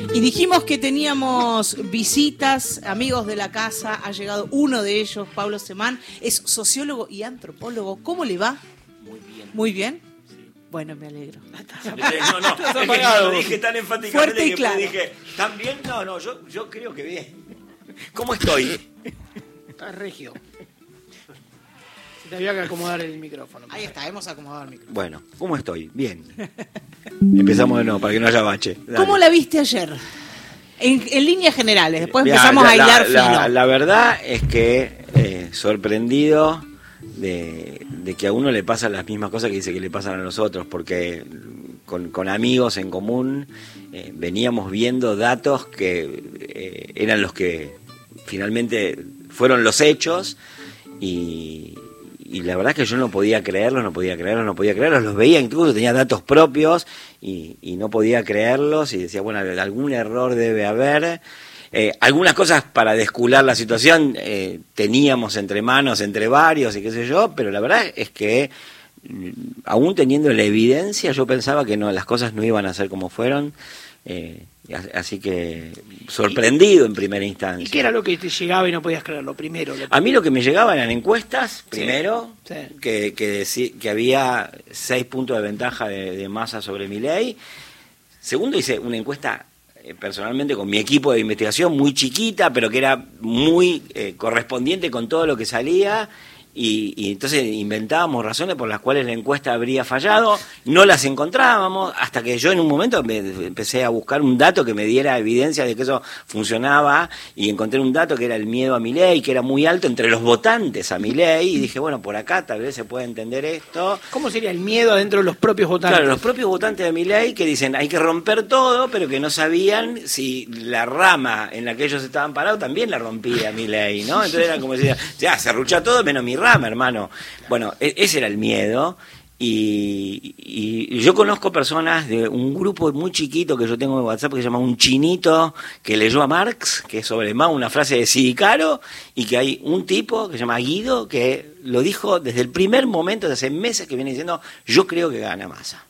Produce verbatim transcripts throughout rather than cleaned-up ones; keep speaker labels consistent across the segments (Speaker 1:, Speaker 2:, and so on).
Speaker 1: Y dijimos que teníamos visitas, amigos de la casa. Ha llegado uno de ellos, Pablo Semán. Es sociólogo y antropólogo. ¿Cómo le va?
Speaker 2: Muy bien.
Speaker 1: Muy bien. Bueno, me alegro.
Speaker 2: No, no, es que lo dije tan enfáticamente
Speaker 1: Fuerte y
Speaker 2: que
Speaker 1: claro.
Speaker 2: dije, ¿tan bien? No, no, yo, yo creo que bien. ¿Cómo estoy?
Speaker 3: Estás regio. Se te había que acomodar el micrófono.
Speaker 1: Ahí está, hemos acomodado el micrófono.
Speaker 2: Bueno, ¿cómo estoy? Bien. Empezamos de nuevo, para que no haya bache. Dale.
Speaker 1: ¿Cómo la viste ayer? En, en líneas generales, después
Speaker 2: Mirá,
Speaker 1: empezamos
Speaker 2: la,
Speaker 1: a hilar
Speaker 2: la,
Speaker 1: fino.
Speaker 2: La, la verdad es que eh, sorprendido de, de que a uno le pasan las mismas cosas que dice que le pasan a nosotros, porque con, con amigos en común eh, veníamos viendo datos que eh, eran los que finalmente fueron los hechos y, y la verdad es que yo no podía creerlos, no podía creerlos, no podía creerlos, los veía, incluso tenía datos propios y, y no podía creerlos y decía, bueno, algún error debe haber. Eh, algunas cosas para descular la situación eh, teníamos entre manos, entre varios y qué sé yo, pero la verdad es que aún teniendo la evidencia yo pensaba que no, las cosas no iban a ser como fueron, eh, así que sorprendido en primera instancia.
Speaker 3: ¿Y qué era lo que te llegaba y no podías creerlo? Primero. Lo
Speaker 2: A mí lo que me llegaba eran encuestas, primero,
Speaker 3: sí, sí.
Speaker 2: que, que, deci- que había seis puntos de ventaja de, de Massa sobre Milei. Segundo, hice una encuesta eh, personalmente con mi equipo de investigación, muy chiquita, pero que era muy eh, correspondiente con todo lo que salía. Y, y entonces inventábamos razones por las cuales la encuesta habría fallado, no las encontrábamos, hasta que yo en un momento me empecé a buscar un dato que me diera evidencia de que eso funcionaba, y encontré un dato que era el miedo a Milei, que era muy alto entre los votantes a Milei, y dije, bueno, por acá tal vez se puede entender esto.
Speaker 3: ¿Cómo sería el miedo adentro de los propios votantes?
Speaker 2: Claro, los propios votantes de Milei que dicen hay que romper todo, pero que no sabían si la rama en la que ellos estaban parados también la rompía Milei, ¿no? Entonces era como decir, ya, se arrucha todo menos mi rama, hermano. Bueno, e- ese era el miedo. Y, y yo conozco personas de un grupo muy chiquito que yo tengo en WhatsApp que se llama Un Chinito que leyó a Marx, que es sobre Mao, una frase de Sidicaro, y que hay un tipo que se llama Guido que lo dijo desde el primer momento, desde hace meses que viene diciendo, yo creo que gana Massa.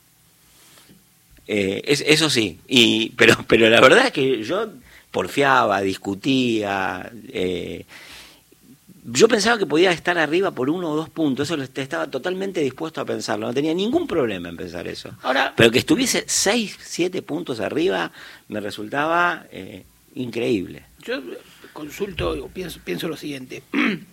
Speaker 2: Eh, es, eso sí, y, pero, pero la verdad es que yo porfiaba, discutía, eh, yo pensaba que podía estar arriba por uno o dos puntos, eso estaba totalmente dispuesto a pensarlo, no tenía ningún problema en pensar eso.
Speaker 3: Ahora,
Speaker 2: pero que estuviese seis, siete puntos arriba me resultaba eh, increíble.
Speaker 3: yo consulto, pienso, pienso lo siguiente.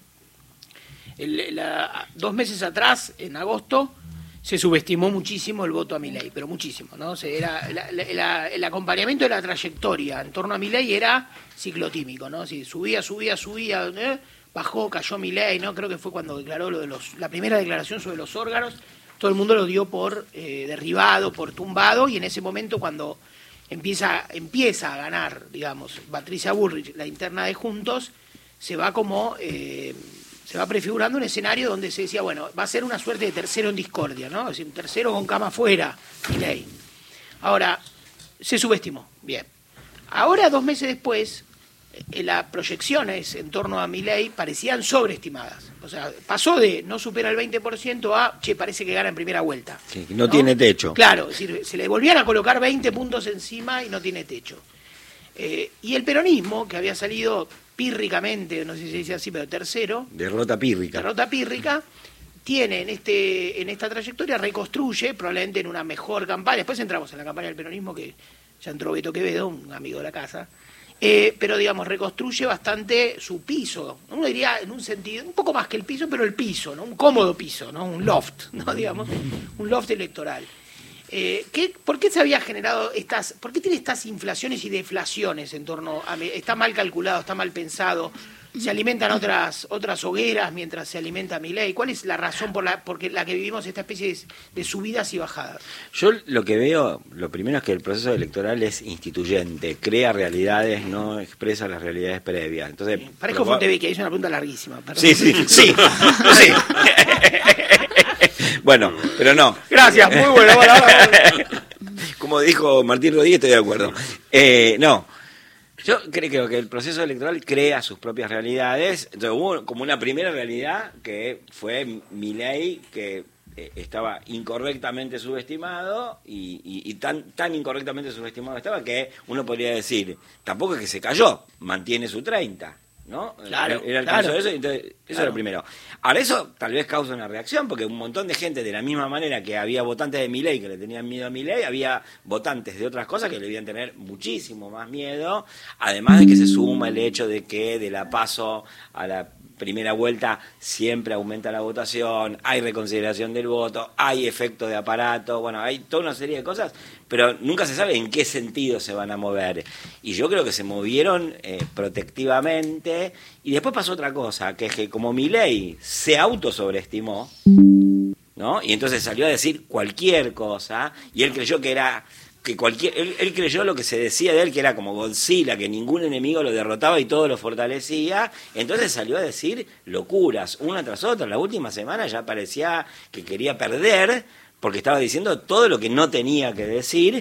Speaker 3: El, la, dos meses atrás, en agosto, se subestimó muchísimo el voto a Milei, pero muchísimo, ¿no? O sea, era, la, la, la, el acompañamiento de la trayectoria en torno a Milei era ciclotímico, ¿no? Si subía, subía, subía, ¿eh? Bajó, cayó Milei, ¿no? Creo que fue cuando declaró lo de los, la primera declaración sobre los órganos, todo el mundo lo dio por eh, derribado, por tumbado, y en ese momento cuando empieza, empieza a ganar, digamos, Patricia Bullrich, la interna de Juntos, se va como, eh, se va prefigurando un escenario donde se decía, bueno, va a ser una suerte de tercero en discordia, ¿no? Es decir, un tercero con cama afuera, Milei. Ahora, se subestimó, bien. Ahora, dos meses después, las proyecciones en torno a Milei parecían sobreestimadas. O sea, pasó de no supera el veinte por ciento a, che, parece que gana en primera vuelta.
Speaker 2: Sí, no, no tiene techo.
Speaker 3: Claro, es decir, se le volvían a colocar veinte puntos encima y no tiene techo. Eh, y el peronismo, que había salido pírricamente, no sé si se dice así, pero tercero.
Speaker 2: Derrota pírrica.
Speaker 3: Derrota pírrica. Tiene en este en esta trayectoria, reconstruye, probablemente en una mejor campaña. Después entramos en la campaña del peronismo, que ya entró Beto Quevedo, un amigo de la casa. Eh, pero digamos, reconstruye bastante su piso, uno diría en un sentido, un poco más que el piso, pero el piso, ¿no? Un cómodo piso, ¿no? Un loft, ¿no? Digamos, un loft electoral. Eh, ¿qué, ¿Por qué se había generado estas, por qué tiene estas inflaciones y deflaciones en torno a, está mal calculado, está mal pensado, se alimentan otras otras hogueras mientras se alimenta Milei? ¿Cuál es la razón por la porque la que vivimos esta especie de, de subidas y bajadas?
Speaker 2: Yo lo que veo, lo primero es que el proceso electoral es instituyente, crea realidades, no expresa las realidades previas. Entonces,
Speaker 3: Sí, parezco
Speaker 2: pero,
Speaker 3: Fontevi, que es una pregunta larguísima. Perdón.
Speaker 2: Sí, sí, sí, sí. Bueno, pero no.
Speaker 3: Gracias, muy bueno.
Speaker 2: Como dijo Martín Rodríguez, estoy de acuerdo. Eh, no. Yo creo que el proceso electoral crea sus propias realidades. Entonces hubo como una primera realidad que fue Milei, que eh, estaba incorrectamente subestimado y, y, y tan, tan incorrectamente subestimado estaba que uno podría decir, tampoco es que se cayó, mantiene su treinta. ¿No?
Speaker 3: Claro,
Speaker 2: era el
Speaker 3: claro,
Speaker 2: caso de eso, entonces, eso
Speaker 3: claro.
Speaker 2: es lo primero. Ahora, eso tal vez causa una reacción, porque un montón de gente, de la misma manera que había votantes de Milei que le tenían miedo a Milei, había votantes de otras cosas que le debían tener muchísimo más miedo, además de que se suma el hecho de que de la paso a la primera vuelta siempre aumenta la votación, hay reconsideración del voto, hay efecto de aparato, bueno, hay toda una serie de cosas, pero nunca se sabe en qué sentido se van a mover. Y yo creo que se movieron eh, protectivamente, y después pasó otra cosa, que es que como Milei se autosobreestimó, ¿no? Y entonces salió a decir cualquier cosa, y él creyó que era... que cualquier él, él creyó lo que se decía de él, que era como Godzilla, que ningún enemigo lo derrotaba y todo lo fortalecía, entonces salió a decir locuras, una tras otra. La última semana ya parecía que quería perder, porque estaba diciendo todo lo que no tenía que decir,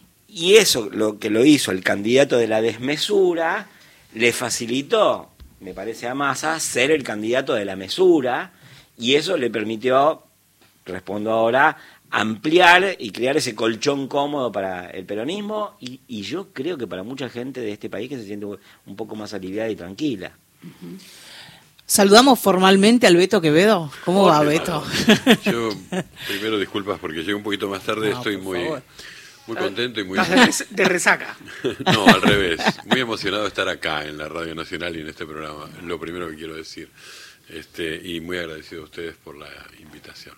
Speaker 2: y eso, lo que lo hizo el candidato de la desmesura, le facilitó, me parece a Massa, ser el candidato de la mesura, y eso le permitió, respondo ahora, ampliar y crear ese colchón cómodo para el peronismo y, y yo creo que para mucha gente de este país que se siente un poco más aliviada y tranquila.
Speaker 1: Uh-huh. Saludamos formalmente al Beto Quevedo. ¿Cómo va, Beto?
Speaker 4: Yo primero disculpas porque llegué un poquito más tarde, no, estoy muy, muy contento y muy...
Speaker 3: ¿Estás de resaca?
Speaker 4: No, al revés, muy emocionado de estar acá en la Radio Nacional y en este programa, lo primero que quiero decir, este, y muy agradecido a ustedes por la invitación.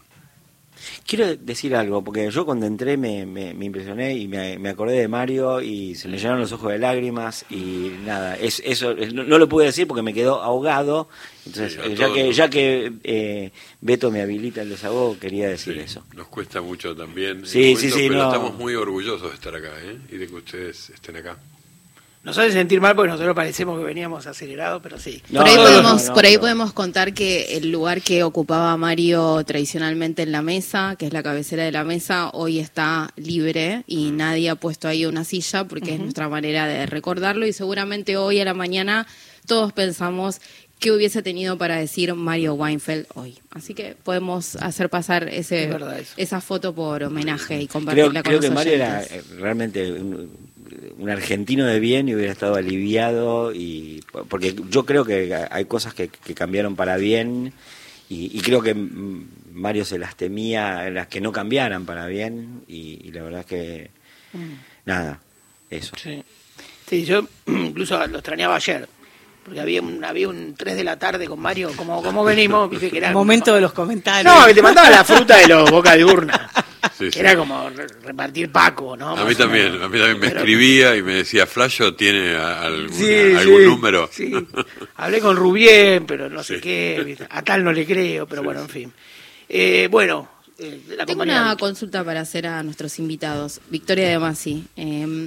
Speaker 2: Quiero decir algo, porque yo cuando entré me, me, me impresioné y me, me acordé de Mario y se me llenaron los ojos de lágrimas y nada, es, eso es, no, no lo pude decir porque me quedó ahogado, entonces sí, ya, que, ya que eh, Beto me habilita el desahogo, quería decir sí, eso.
Speaker 4: Nos cuesta mucho también,
Speaker 2: sí,
Speaker 4: momento,
Speaker 2: sí, sí,
Speaker 4: pero
Speaker 2: no.
Speaker 4: Estamos muy orgullosos de estar acá ¿eh? Y de que ustedes estén acá.
Speaker 3: Nos hace sentir mal porque nosotros parecemos que veníamos acelerados, pero sí.
Speaker 5: No, por ahí,
Speaker 2: no,
Speaker 5: podemos,
Speaker 2: no, no,
Speaker 5: por ahí
Speaker 2: no.
Speaker 5: podemos contar que el lugar que ocupaba Mario tradicionalmente en la mesa, que es la cabecera de la mesa, hoy está libre y nadie ha puesto ahí una silla porque uh-huh. es nuestra manera de recordarlo y seguramente hoy a la mañana todos pensamos qué hubiese tenido para decir Mario Weinfeld hoy. Así que podemos hacer pasar ese esa foto por homenaje y compartirla
Speaker 2: creo,
Speaker 5: con
Speaker 2: creo
Speaker 5: los
Speaker 2: que
Speaker 5: oyentes.
Speaker 2: Mario era realmente un, un argentino de bien y hubiera estado aliviado, y porque yo creo que hay cosas que, que cambiaron para bien y, y creo que Mario se las temía, las que no cambiaran para bien y, y la verdad es que mm. nada, eso.
Speaker 3: Sí. sí, yo incluso lo extrañaba ayer. Porque había un, había un tres de la tarde con Mario, como, como venimos, viste que era...
Speaker 1: Momento
Speaker 3: como,
Speaker 1: de los comentarios.
Speaker 3: No, que te mandaba la fruta de los boca de urna.
Speaker 4: Sí, sí.
Speaker 3: Era como re- repartir Paco, ¿no?
Speaker 4: A mí también, a mí también me Pero, escribía y me decía, Flasho, ¿tiene alguna,
Speaker 3: sí,
Speaker 4: algún
Speaker 3: sí,
Speaker 4: número?
Speaker 3: Sí, hablé con Rubien, pero no sé
Speaker 4: sí.
Speaker 3: qué, ¿viste? A tal no le creo, pero sí, bueno, en
Speaker 4: sí.
Speaker 3: fin. Eh, bueno... Eh, la
Speaker 5: Tengo una consulta para hacer a nuestros invitados. Victoria de Masi. Eh,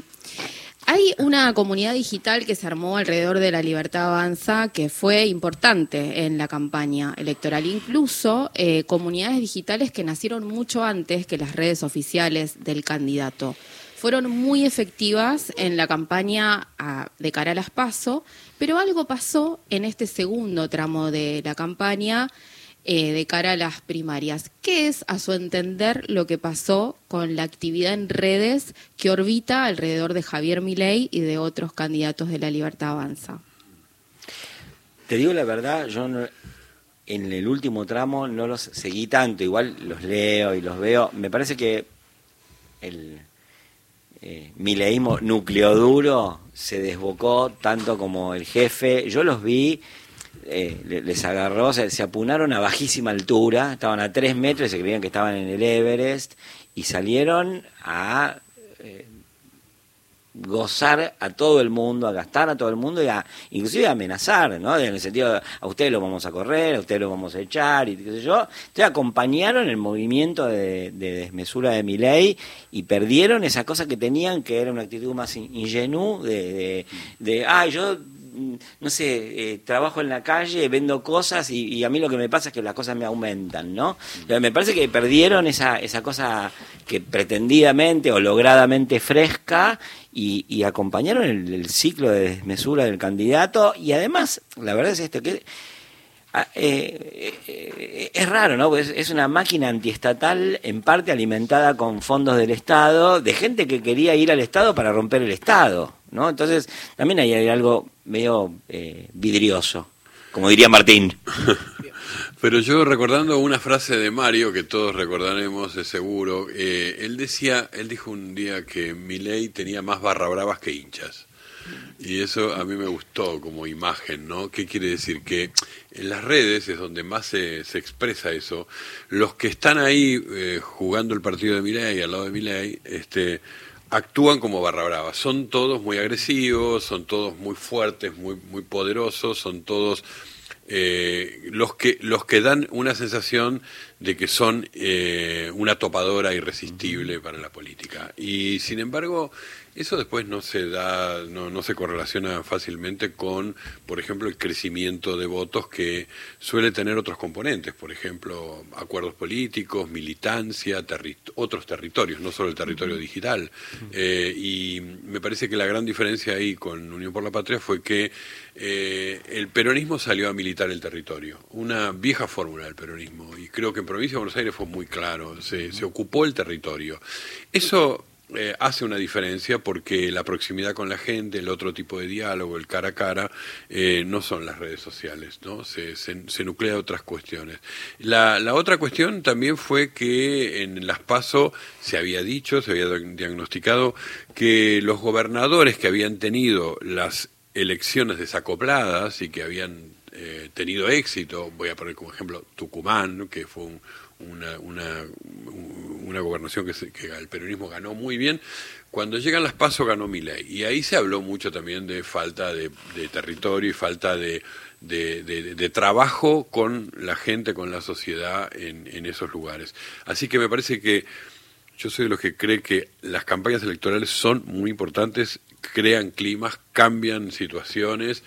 Speaker 5: Hay una comunidad digital que se armó alrededor de La Libertad Avanza que fue importante en la campaña electoral. Incluso eh, comunidades digitales que nacieron mucho antes que las redes oficiales del candidato. Fueron muy efectivas en la campaña a, de cara a las PASO, pero algo pasó en este segundo tramo de la campaña Eh, de cara a las primarias. ¿Qué es, a su entender, lo que pasó con la actividad en redes que orbita alrededor de Javier Milei y de otros candidatos de La Libertad Avanza?
Speaker 2: Te digo la verdad, yo no, en el último tramo no los seguí tanto, igual los leo y los veo. Me parece que el eh, mileísmo núcleo duro se desbocó tanto como el jefe. Yo los vi... Eh, les agarró, se, se apunaron a bajísima altura, estaban a tres metros y se creían que estaban en el Everest y salieron a eh, gozar a todo el mundo, a gastar a todo el mundo y a inclusive a amenazar, ¿no? En el sentido de, a ustedes lo vamos a correr, a ustedes lo vamos a echar y qué sé yo. Entonces acompañaron el movimiento de, de desmesura de Milei y perdieron esa cosa que tenían, que era una actitud más ingenua de, de, de ay, yo no sé, eh, trabajo en la calle, vendo cosas y, y a mí lo que me pasa es que las cosas me aumentan, ¿no? Me parece que perdieron esa esa cosa que pretendidamente o logradamente fresca y, y acompañaron el, el ciclo de desmesura del candidato y además, la verdad es esto, que Ah, eh, eh, es raro, ¿no? Pues es una máquina antiestatal en parte alimentada con fondos del Estado, de gente que quería ir al Estado para romper el Estado, ¿no? Entonces también hay, hay algo medio eh, vidrioso, como diría Martín.
Speaker 4: Pero yo recordando una frase de Mario, que todos recordaremos de seguro, eh, él decía, él dijo un día que Milei tenía más barra bravas que hinchas. Y eso a mí me gustó como imagen, ¿no? ¿Qué quiere decir? Que en las redes es donde más se, se expresa eso. Los que están ahí eh, jugando el partido de Milei, al lado de Milei, este, actúan como barra brava. Son todos muy agresivos, son todos muy fuertes, muy, muy poderosos, son todos eh, los que los que dan una sensación de que son eh, una topadora irresistible para la política. Y sin embargo, eso después no se da, no, no se correlaciona fácilmente con, por ejemplo, el crecimiento de votos que suele tener otros componentes, por ejemplo, acuerdos políticos, militancia, terri- otros territorios, no solo el territorio digital. Eh, y me parece que la gran diferencia ahí con Unión por la Patria fue que eh, el peronismo salió a militar el territorio, una vieja fórmula del peronismo, y creo que en Provincia de Buenos Aires fue muy claro, se, se ocupó el territorio. Eso Eh, hace una diferencia porque la proximidad con la gente, el otro tipo de diálogo, el cara a cara, eh, no son las redes sociales, ¿no? Se, se, se nuclea otras cuestiones. La, la otra cuestión también fue que en las PASO se había dicho, se había diagnosticado que los gobernadores que habían tenido las elecciones desacopladas y que habían eh, tenido éxito, voy a poner como ejemplo Tucumán, que fue un Una, una, una gobernación que, se, que el peronismo ganó muy bien. Cuando llegan las PASO ganó Milei, y ahí se habló mucho también de falta de, de territorio y falta de, de, de, de trabajo con la gente, con la sociedad en, en esos lugares. Así que me parece que yo soy de los que cree que las campañas electorales son muy importantes, crean climas, cambian situaciones,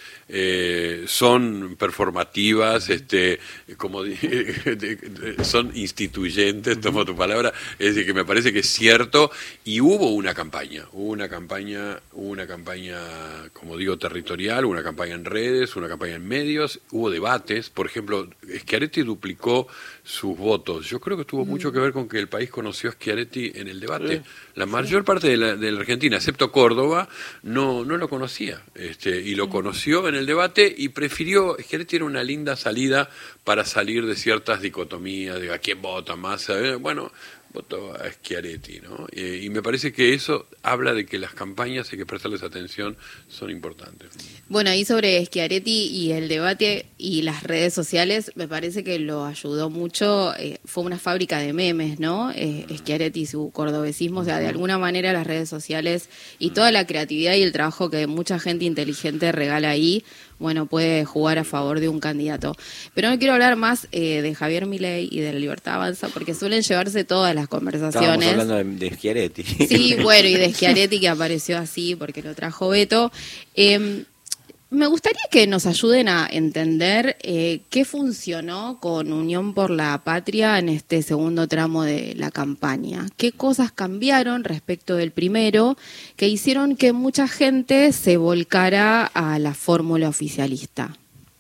Speaker 4: eh, son performativas, este, como de, de, de, son instituyentes, tomo tu palabra, es decir, que me parece que es cierto, y hubo una campaña, hubo una campaña, hubo una campaña, como digo, territorial, una campaña en redes, una campaña en medios, hubo debates, por ejemplo, Schiaretti duplicó sus votos. Yo creo que tuvo mucho que ver con que el país conoció a Schiaretti en el debate. La mayor parte de la, de la Argentina, excepto Córdoba, no, no lo conocía. Este, y lo conoció en el debate y prefirió, Schiaretti tiene una linda salida para salir de ciertas dicotomías, de a quién vota más, eh, bueno, voto a Schiaretti, ¿no? Eh, y me parece que eso habla de que las campañas, hay que prestarles atención, son importantes.
Speaker 5: Bueno, y sobre Schiaretti y el debate y las redes sociales, me parece que lo ayudó mucho, eh, fue una fábrica de memes, ¿no? Eh, Schiaretti y su cordobesismo, o sea, de alguna manera las redes sociales y toda la creatividad y el trabajo que mucha gente inteligente regala ahí, bueno, puede jugar a favor de un candidato. Pero no quiero hablar más eh, de Javier Milei y de la Libertad Avanza, porque suelen llevarse todas las conversaciones.
Speaker 2: Estábamos hablando de, de Schiaretti.
Speaker 5: Sí, bueno, y de Schiaretti, que apareció así porque lo trajo Beto. Eh, me gustaría que nos ayuden a entender eh, qué funcionó con Unión por la Patria en este segundo tramo de la campaña. ¿Qué cosas cambiaron respecto del primero que hicieron que mucha gente se volcara a la fórmula oficialista?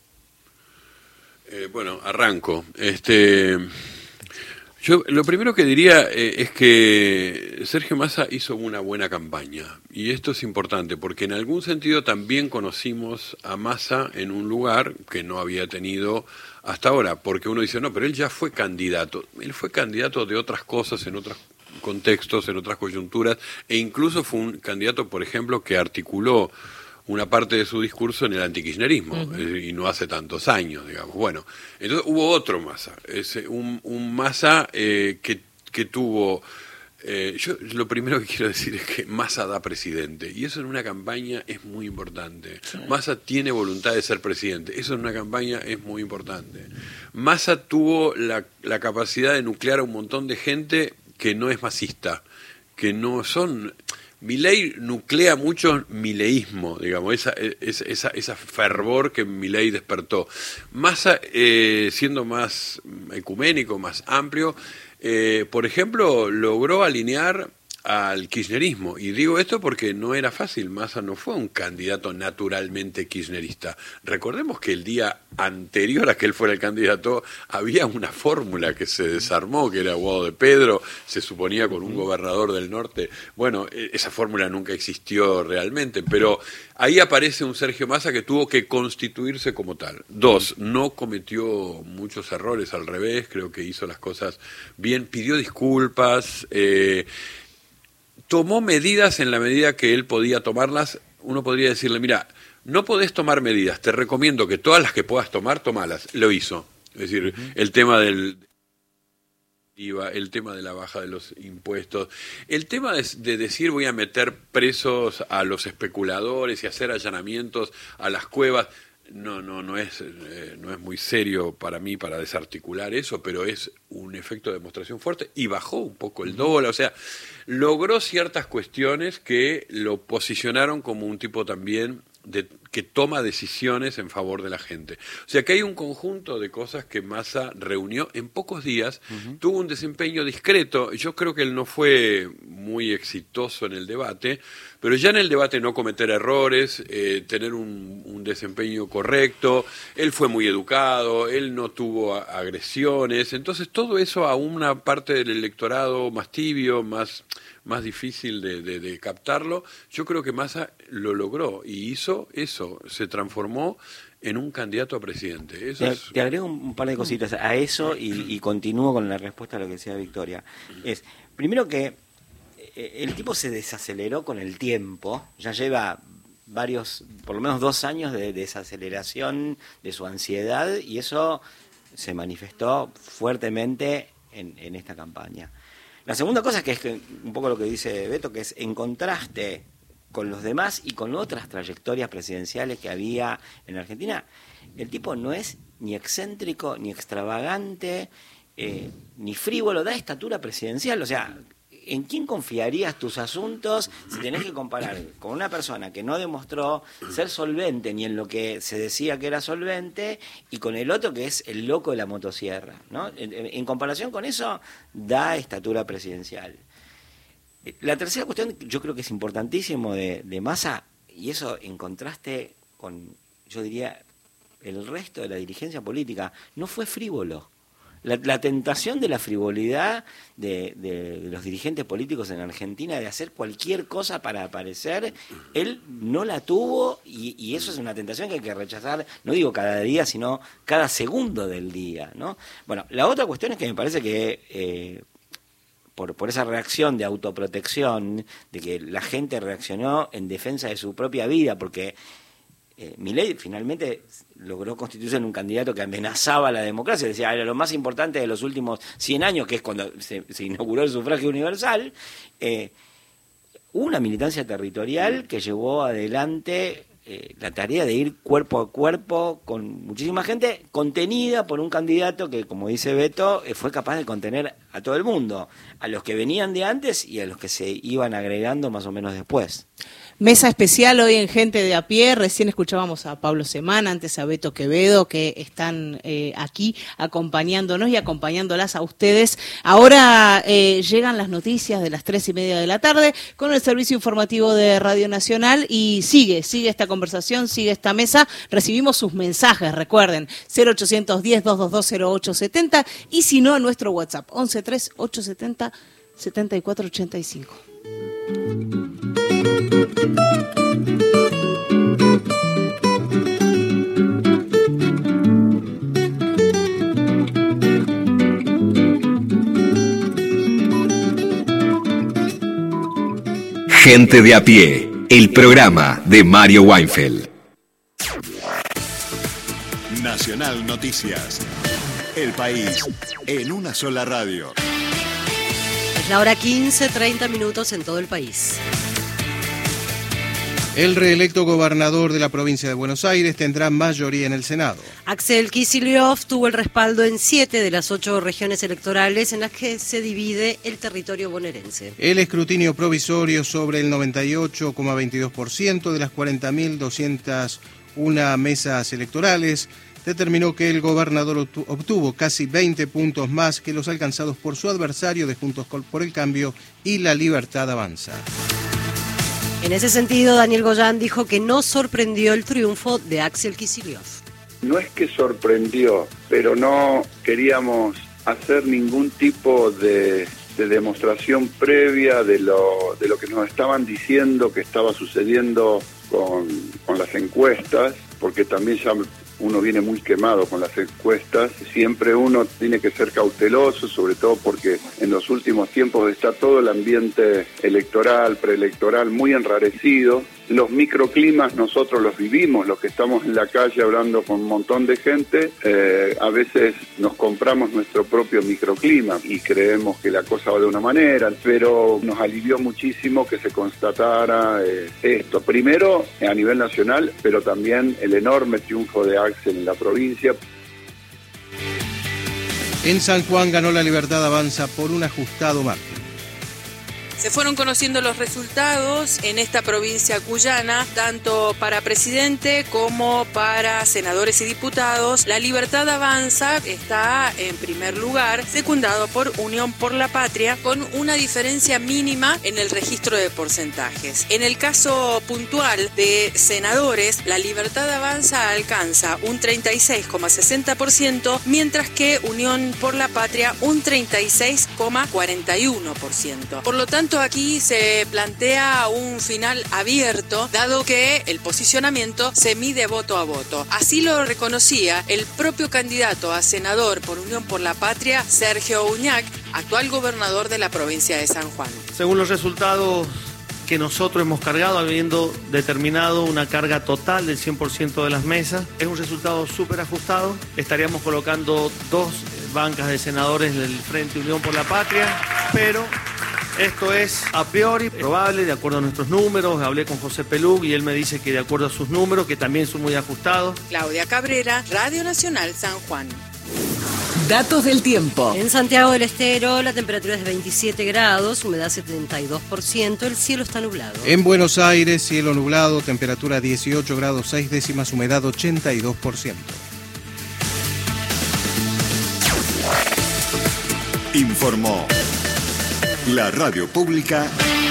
Speaker 4: Eh, bueno, arranco. Este... Yo lo primero que diría eh, es que Sergio Massa hizo una buena campaña, y esto es importante porque en algún sentido también conocimos a Massa en un lugar que no había tenido hasta ahora, porque uno dice, no, pero él ya fue candidato, él fue candidato de otras cosas en otros contextos, en otras coyunturas, e incluso fue un candidato, por ejemplo, que articuló una parte de su discurso en el antikirchnerismo, uh-huh. y no hace tantos años, digamos. Bueno, entonces hubo otro Massa, ese, un, un Massa eh, que, que tuvo... Eh, yo lo primero que quiero decir es que Massa da presidente, y eso en una campaña es muy importante. Sí. Massa tiene voluntad de ser presidente, eso en una campaña es muy importante. Massa tuvo la, la capacidad de nuclear a un montón de gente que no es masista, que no son... Milei nuclea mucho mileísmo, digamos, esa, esa, esa, esa fervor que Milei despertó. Massa, eh, siendo más ecuménico, más amplio, eh, por ejemplo, logró alinear al kirchnerismo. Y digo esto porque no era fácil. Massa no fue un candidato naturalmente kirchnerista. Recordemos que el día anterior a que él fuera el candidato había una fórmula que se desarmó, que era Guado de Pedro, se suponía con un gobernador del norte. Bueno, esa fórmula nunca existió realmente, pero ahí aparece un Sergio Massa que tuvo que constituirse como tal. Dos, no cometió muchos errores, al revés, creo que hizo las cosas bien, pidió disculpas, eh, tomó medidas en la medida que él podía tomarlas. Uno podría decirle, mira, no podés tomar medidas, te recomiendo que todas las que puedas tomar, tomalas. Lo hizo. Es decir, uh-huh. el tema del I V A, el tema de la baja de los impuestos, el tema de, de decir voy a meter presos a los especuladores y hacer allanamientos a las cuevas. No, no, no es, eh, no es muy serio para mí para desarticular eso, pero es un efecto de demostración fuerte y bajó un poco el dólar, o sea, logró ciertas cuestiones que lo posicionaron como un tipo también de, que toma decisiones en favor de la gente. O sea que hay un conjunto de cosas que Massa reunió en pocos días, uh-huh. tuvo un desempeño discreto, yo creo que él no fue muy exitoso en el debate, pero ya en el debate no cometer errores, eh, tener un, un desempeño correcto, él fue muy educado, él no tuvo a, agresiones, entonces todo eso a una parte del electorado más tibio, más, más difícil de, de, de captarlo, yo creo que Massa lo logró y hizo eso, se transformó en un candidato a presidente. Eso
Speaker 2: te,
Speaker 4: es...
Speaker 2: te agrego un par de cositas a eso y, y continúo con la respuesta a lo que decía Victoria. Es, primero que el tipo se desaceleró con el tiempo, ya lleva varios, por lo menos dos años de desaceleración de su ansiedad y eso se manifestó fuertemente en, en esta campaña. La segunda cosa es que es que, un poco lo que dice Beto, que es en contraste con los demás y con otras trayectorias presidenciales que había en Argentina, el tipo no es ni excéntrico, ni extravagante, eh, ni frívolo, da estatura presidencial, o sea... ¿En quién confiarías tus asuntos si tenés que comparar con una persona que no demostró ser solvente ni en lo que se decía que era solvente y con el otro que es el loco de la motosierra, ¿no? En, en comparación con eso, da estatura presidencial. La tercera cuestión, yo creo que es importantísimo de, de Massa, y eso en contraste con, yo diría, el resto de la dirigencia política, no fue frívolo. La, la tentación de la frivolidad de, de, de los dirigentes políticos en Argentina de hacer cualquier cosa para aparecer, él no la tuvo y, y eso es una tentación que hay que rechazar, no digo cada día, sino cada segundo del día, ¿no? Bueno, la otra cuestión es que me parece que eh, por, por esa reacción de autoprotección, de que la gente reaccionó en defensa de su propia vida, porque Eh, Milei finalmente logró constituirse en un candidato que amenazaba la democracia, decía, era lo más importante de los últimos cien años, que es cuando se, se inauguró el sufragio universal. Eh, hubo una militancia territorial que llevó adelante eh, la tarea de ir cuerpo a cuerpo con muchísima gente, contenida por un candidato que, como dice Beto, eh, fue capaz de contener a todo el mundo, a los que venían de antes y a los que se iban agregando más o menos después.
Speaker 1: Mesa especial hoy en Gente de a Pie. Recién escuchábamos a Pablo Semana, antes a Beto Quevedo, que están eh, aquí acompañándonos y acompañándolas a ustedes. Ahora eh, llegan las noticias de las tres y media de la tarde con el servicio informativo de Radio Nacional y sigue, sigue esta conversación, sigue esta mesa. Recibimos sus mensajes, recuerden, cero ochocientos diez, doscientos veintidós, cero ocho setenta y si no, nuestro WhatsApp, once tres, ochocientos setenta, setenta y cuatro ochenta y cinco.
Speaker 6: Gente de a Pie, el programa de Mario Weinfeld.
Speaker 7: Nacional Noticias. El país en una sola radio.
Speaker 8: Es la hora quince, treinta minutos en todo el país.
Speaker 9: El reelecto gobernador de la provincia de Buenos Aires tendrá mayoría en el Senado.
Speaker 8: Axel Kicillof tuvo el respaldo en siete de las ocho regiones electorales en las que se divide el territorio bonaerense.
Speaker 9: El escrutinio provisorio sobre el noventa y ocho coma veintidós por ciento de las cuarenta mil doscientas una mesas electorales determinó que el gobernador obtuvo casi veinte puntos más que los alcanzados por su adversario de Juntos por el Cambio y La Libertad Avanza.
Speaker 8: En ese sentido, Daniel Goyan dijo que no sorprendió el triunfo de Axel Kicillof.
Speaker 10: No es que sorprendió, pero no queríamos hacer ningún tipo de, de demostración previa de lo, de lo que nos estaban diciendo que estaba sucediendo con, con las encuestas, porque también ya uno viene muy quemado con las encuestas. Siempre uno tiene que ser cauteloso, sobre todo porque en los últimos tiempos está todo el ambiente electoral, preelectoral muy enrarecido. Los microclimas nosotros los vivimos, los que estamos en la calle hablando con un montón de gente, eh, a veces nos compramos nuestro propio microclima y creemos que la cosa va de una manera, pero nos alivió muchísimo que se constatara eh, esto. Primero a nivel nacional, pero también el enorme triunfo de Axel en la provincia.
Speaker 9: En San Juan ganó La Libertad Avanza por un ajustado margen.
Speaker 11: Se fueron conociendo los resultados en esta provincia cuyana, tanto para presidente como para senadores y diputados. La Libertad Avanza está en primer lugar, secundado por Unión por la Patria, con una diferencia mínima en el registro de porcentajes. En el caso puntual de senadores, la Libertad Avanza alcanza un treinta y seis coma sesenta por ciento, mientras que Unión por la Patria un treinta y seis coma cuarenta y uno por ciento. Por lo tanto, aquí se plantea un final abierto, dado que el posicionamiento se mide voto a voto. Así lo reconocía el propio candidato a senador por Unión por la Patria, Sergio Uñac, actual gobernador de la provincia de San Juan.
Speaker 12: Según los resultados que nosotros hemos cargado, habiendo determinado una carga total del cien por ciento de las mesas, es un resultado súper ajustado. Estaríamos colocando dos bancas de senadores del Frente Unión por la Patria, pero esto es a priori probable, de acuerdo a nuestros números. Hablé con José Pelú y él me dice que de acuerdo a sus números, que también son muy ajustados.
Speaker 11: Claudia Cabrera, Radio Nacional San Juan.
Speaker 13: Datos del tiempo.
Speaker 8: En Santiago del Estero la temperatura es de veintisiete grados, humedad setenta y dos por ciento, el cielo está nublado.
Speaker 9: En Buenos Aires, cielo nublado, temperatura dieciocho grados seis décimas, humedad ochenta y dos por ciento.
Speaker 7: Informó la radio pública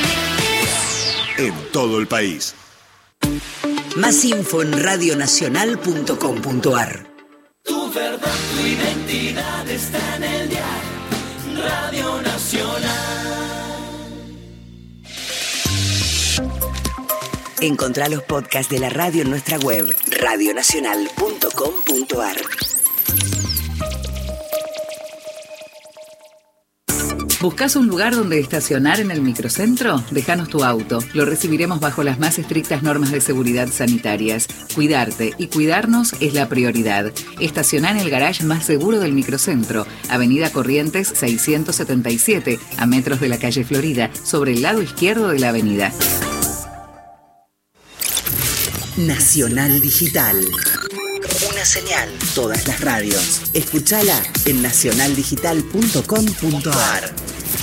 Speaker 7: en todo el país.
Speaker 13: Más info en radio nacional punto com punto a r.
Speaker 14: Tu verdad, tu identidad está en el diario Radio Nacional.
Speaker 13: Encontrá los podcasts de la radio en nuestra web radio nacional punto com punto a r. ¿Buscás un lugar donde estacionar en el microcentro? Déjanos tu auto. Lo recibiremos bajo las más estrictas normas de seguridad sanitarias. Cuidarte y cuidarnos es la prioridad. Estacioná en el garage más seguro del microcentro, Avenida Corrientes seiscientos setenta y siete, a metros de la calle Florida, sobre el lado izquierdo de la avenida. Nacional Digital. Una señal. Todas las radios. Escuchala en nacional digital punto com punto a r.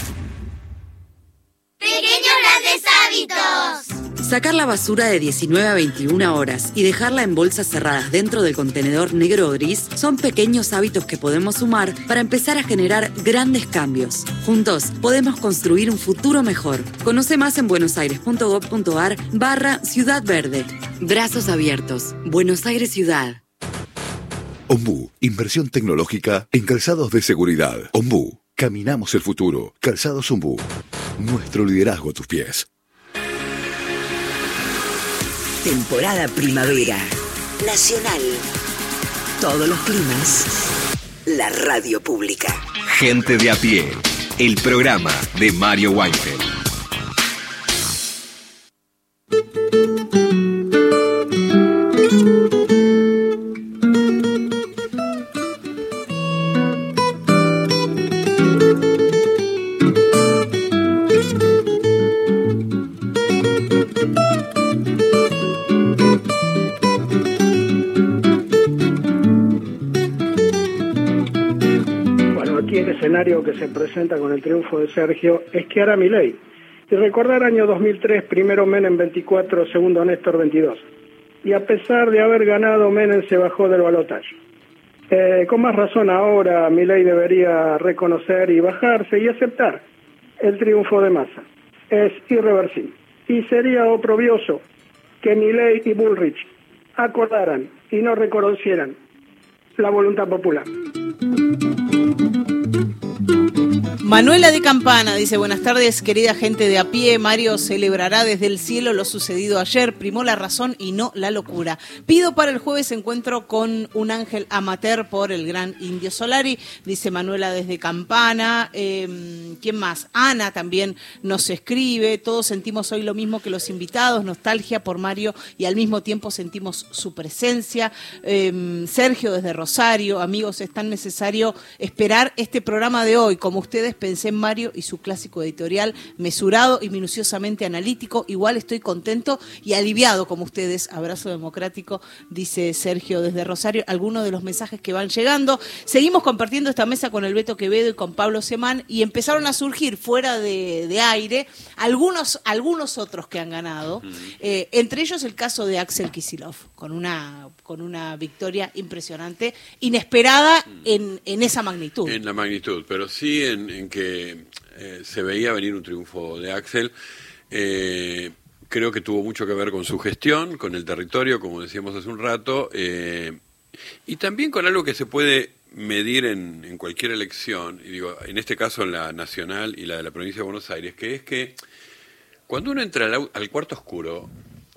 Speaker 15: Pequeños grandes hábitos.
Speaker 16: Sacar la basura de diecinueve a veintiuna horas y dejarla en bolsas cerradas dentro del contenedor negro o gris son pequeños hábitos que podemos sumar para empezar a generar grandes cambios. Juntos podemos construir un futuro mejor. Conoce más en buenosaires punto gob punto a r barra Ciudad Verde. Brazos abiertos. Buenos Aires Ciudad.
Speaker 17: Ombú, inversión tecnológica en calzados de seguridad. Ombú, caminamos el futuro. Calzados Ombú, nuestro liderazgo a tus pies.
Speaker 13: Temporada primavera. Nacional. Todos los climas. La radio pública.
Speaker 6: Gente de a pie. El programa de Mario Weinfeld.
Speaker 18: Que se presenta con el triunfo de Sergio es que hará Milei. Y recordar año dos mil tres, primero Menem veinticuatro, segundo Néstor veintidós. Y a pesar de haber ganado, Menem se bajó del balotaje. Eh, con más razón ahora Milei debería reconocer y bajarse y aceptar el triunfo de Massa. Es irreversible. Y sería oprobioso que Milei y Bullrich acordaran y no reconocieran la voluntad popular.
Speaker 1: Manuela de Campana dice: buenas tardes, querida gente de a pie. Mario celebrará desde el cielo lo sucedido ayer. Primó la razón y no la locura. Pido para el jueves encuentro con un ángel amateur por el gran Indio Solari, dice Manuela desde Campana. Eh, ¿Quién más? Ana también nos escribe: todos sentimos hoy lo mismo que los invitados, nostalgia por Mario y al mismo tiempo sentimos su presencia. Eh, Sergio desde Rosario: amigos, es tan necesario esperar este programa de hoy como ustedes. Pensé en Mario y su clásico editorial, mesurado y minuciosamente analítico. Igual estoy contento y aliviado como ustedes. Abrazo democrático, dice Sergio desde Rosario. Algunos de los mensajes que van llegando. Seguimos compartiendo esta mesa con el Beto Quevedo y con Pablo Semán, y empezaron a surgir fuera de, de aire algunos, algunos otros que han ganado. Eh, entre ellos el caso de Axel Kicillof, con una, con una victoria impresionante, inesperada en, en esa magnitud.
Speaker 4: En la magnitud, pero sí en, en que eh, se veía venir un triunfo de Axel. Eh, creo que tuvo mucho que ver con su gestión, con el territorio, como decíamos hace un rato, eh, y también con algo que se puede medir en, en cualquier elección, y digo, en este caso en la nacional y la de la provincia de Buenos Aires, que es que cuando uno entra al, al cuarto oscuro,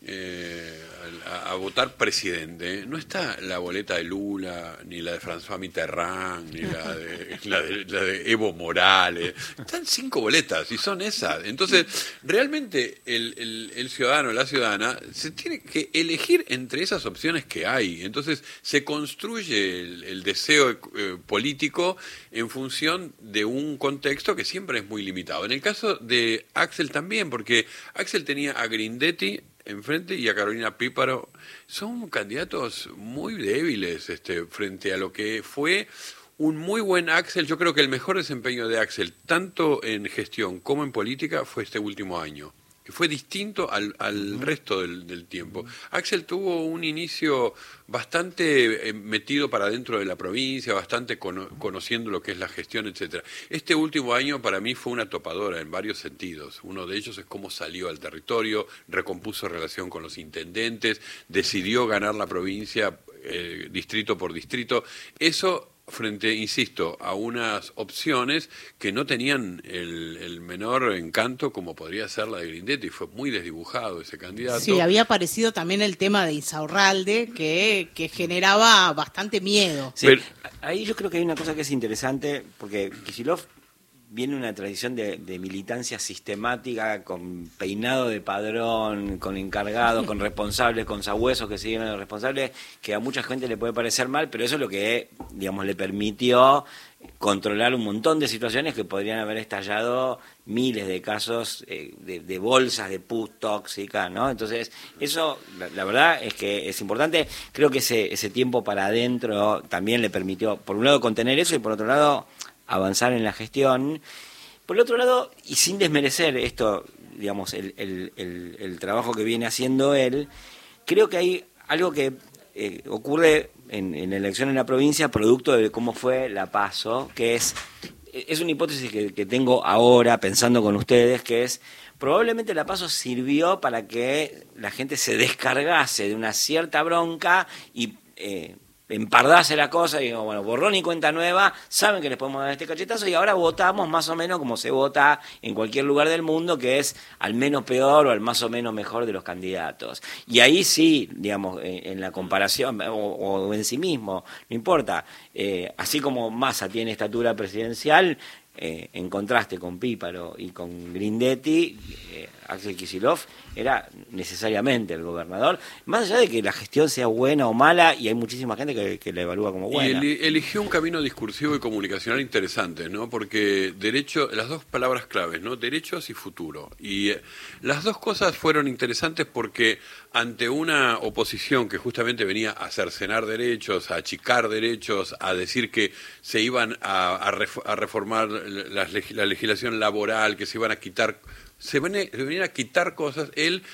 Speaker 4: eh, a, a votar presidente, no está la boleta de Lula, ni la de François Mitterrand, ni la de, la de, la de Evo Morales. Están cinco boletas y son esas. Entonces, realmente el, el, el ciudadano, la ciudadana, se tiene que elegir entre esas opciones que hay. Entonces, se construye el, el deseo eh, político en función de un contexto que siempre es muy limitado. En el caso de Axel también, porque Axel tenía a Grindetti enfrente y a Carolina Píparo. Son candidatos muy débiles este, frente a lo que fue un muy buen Axel. Yo creo que el mejor desempeño de Axel, tanto en gestión como en política, fue este último año, que fue distinto al, al resto del, del tiempo. Axel tuvo un inicio bastante eh, metido para dentro de la provincia, bastante cono- conociendo lo que es la gestión, etcétera. Este último año para mí fue una topadora en varios sentidos. Uno de ellos es cómo salió al territorio, recompuso relación con los intendentes, decidió ganar la provincia eh, distrito por distrito. Eso frente, insisto, a unas opciones que no tenían el, el menor encanto como podría ser la de Grindetti. Fue muy desdibujado ese candidato.
Speaker 1: Sí, había aparecido también el tema de Insaurralde, que, que generaba bastante miedo.
Speaker 2: Sí, Pero, ahí yo creo que hay una cosa que es interesante, porque Kicillof viene una tradición de, de militancia sistemática, con peinado de padrón, con encargados, con responsables, con sabuesos que siguen a los responsables, que a mucha gente le puede parecer mal, pero eso es lo que, digamos, le permitió controlar un montón de situaciones que podrían haber estallado miles de casos eh, de, de bolsas de pus tóxica, ¿no? Entonces, eso, la, la verdad es que es importante. Creo que ese, ese tiempo para adentro también le permitió, por un lado, contener eso y por otro lado, avanzar en la gestión. Por el otro lado, y sin desmerecer esto, digamos, el, el, el, el trabajo que viene haciendo él, creo que hay algo que eh, ocurre en, en la elección en la provincia, producto de cómo fue la PASO, que es, es una hipótesis que, que tengo ahora pensando con ustedes, que es, probablemente la PASO sirvió para que la gente se descargase de una cierta bronca y eh, empardase la cosa y digo, bueno, borrón y cuenta nueva, saben que les podemos dar este cachetazo y ahora votamos más o menos como se vota en cualquier lugar del mundo, que es al menos peor o al más o menos mejor de los candidatos. Y ahí sí, digamos, en la comparación o, o en sí mismo, no importa, eh, así como Massa tiene estatura presidencial, eh, en contraste con Píparo y con Grindetti, eh, Axel Kicillof era necesariamente el gobernador, más allá de que la gestión sea buena o mala, y hay muchísima gente que, que la evalúa como buena.
Speaker 4: Y eligió un camino discursivo y comunicacional interesante, ¿no? Porque derecho, las dos palabras claves, ¿no? Derechos y futuro. Y eh, las dos cosas fueron interesantes porque ante una oposición que justamente venía a cercenar derechos, a achicar derechos, a decir que se iban a, a, ref, a reformar la, la legislación laboral, que se iban a quitar, se venían a quitar cosas, él